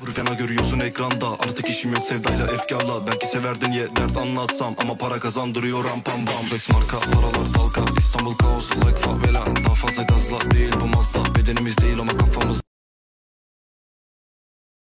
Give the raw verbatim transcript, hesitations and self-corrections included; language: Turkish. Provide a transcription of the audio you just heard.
Fena görüyorsun ekranda, artık işim yok sevdayla efkarla. Belki severdin ye dert anlatsam, ama para kazandırıyor ram pam bam. Flex marka paralar dalga, İstanbul kaos like favela. Daha fazla gazla değil bu Mazda, bedenimiz değil ama